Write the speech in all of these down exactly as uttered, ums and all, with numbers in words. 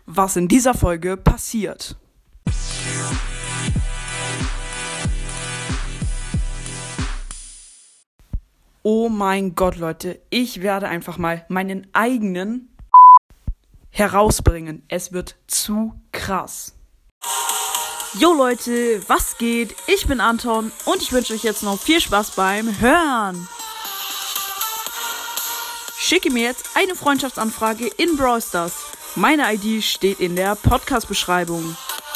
was in dieser Folge passiert. Oh mein Gott, Leute, ich werde einfach mal meinen eigenen herausbringen. Es wird zu krass. Jo Leute, was geht? Ich bin Anton und ich wünsche euch jetzt noch viel Spaß beim Hören. Schicke mir jetzt eine Freundschaftsanfrage in Brawl Stars. Meine I D steht in der Podcast-Beschreibung.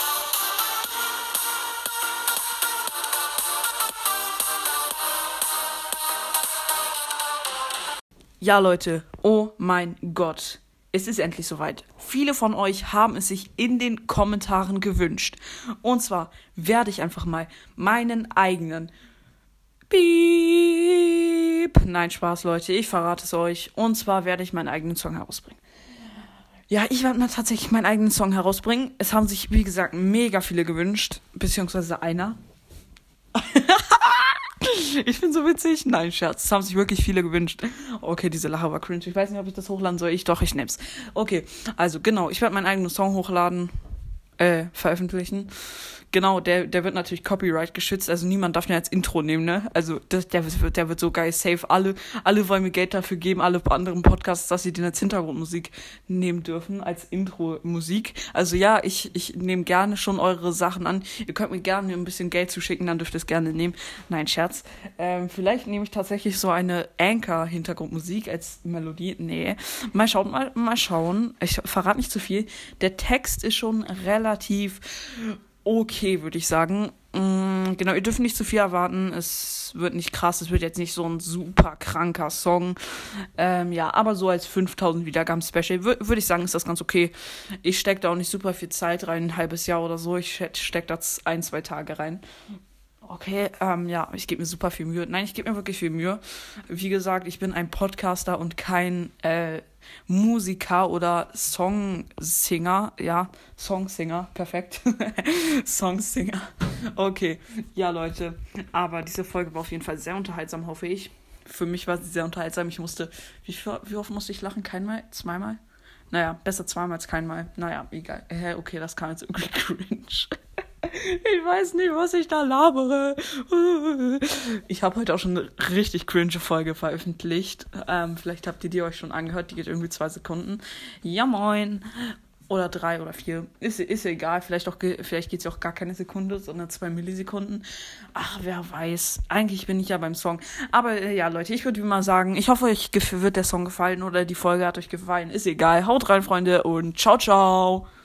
Ja Leute, oh mein Gott, es ist endlich soweit. Viele von euch haben es sich in den Kommentaren gewünscht. Und zwar werde ich einfach mal meinen eigenen Piep. Nein, Spaß Leute, ich verrate es euch. Und zwar werde ich meinen eigenen Song herausbringen. Ja, ich werde mal tatsächlich meinen eigenen Song herausbringen. Es haben sich, wie gesagt, mega viele gewünscht. Beziehungsweise einer. Ich bin so witzig. Nein, Scherz. Es haben sich wirklich viele gewünscht. Okay, diese Lache war cringe. Ich weiß nicht, ob ich das hochladen soll. Ich doch, ich nehm's. Okay, also genau. Ich werde meinen eigenen Song hochladen. Äh, veröffentlichen. Genau, der der wird natürlich Copyright geschützt, also niemand darf ihn als Intro nehmen, ne? Also das, der wird der wird so geil safe. Alle alle wollen mir Geld dafür geben, alle anderen Podcasts, dass sie den als Hintergrundmusik nehmen dürfen, als Intro-Musik. Also ja, ich ich nehme gerne schon eure Sachen an. Ihr könnt mir gerne ein bisschen Geld zuschicken, dann dürft ihr es gerne nehmen. Nein, Scherz. Ähm, vielleicht nehme ich tatsächlich so eine Anchor-Hintergrundmusik als Melodie. Nee, mal schauen, mal, mal schauen. Ich verrate nicht zu viel. Der Text ist schon relativ okay, würde ich sagen. Mm, genau, ihr dürft nicht zu viel erwarten. Es wird nicht krass, es wird jetzt nicht so ein super kranker Song. Ähm, ja, aber so als fünftausend Wiedergaben-Special wür- würde ich sagen, ist das ganz okay. Ich stecke da auch nicht super viel Zeit rein, ein halbes Jahr oder so. Ich stecke da ein, zwei Tage rein. Okay, ähm, ja, ich gebe mir super viel Mühe. Nein, ich gebe mir wirklich viel Mühe. Wie gesagt, ich bin ein Podcaster und kein äh, Musiker oder Songsinger. Ja, Songsinger, perfekt. Songsinger. Okay, ja Leute, aber diese Folge war auf jeden Fall sehr unterhaltsam, hoffe ich. Für mich war sie sehr unterhaltsam. Ich musste, wie, viel, wie oft musste ich lachen? Keinmal? Zweimal? Naja, besser zweimal als keinmal. Naja, egal. Hä, okay, das kam jetzt irgendwie cringe. Ich weiß nicht, was ich da labere. Ich habe heute auch schon eine richtig cringe Folge veröffentlicht. Ähm, vielleicht habt ihr die euch schon angehört. Die geht irgendwie zwei Sekunden. Ja, moin. Oder drei oder vier. Ist, ist egal. Vielleicht, auch, vielleicht geht es ja auch gar keine Sekunde, sondern zwei Millisekunden. Ach, wer weiß. Eigentlich bin ich ja beim Song. Aber äh, ja, Leute, ich würde mal sagen, ich hoffe, euch wird der Song gefallen oder die Folge hat euch gefallen. Ist egal. Haut rein, Freunde, und ciao, ciao.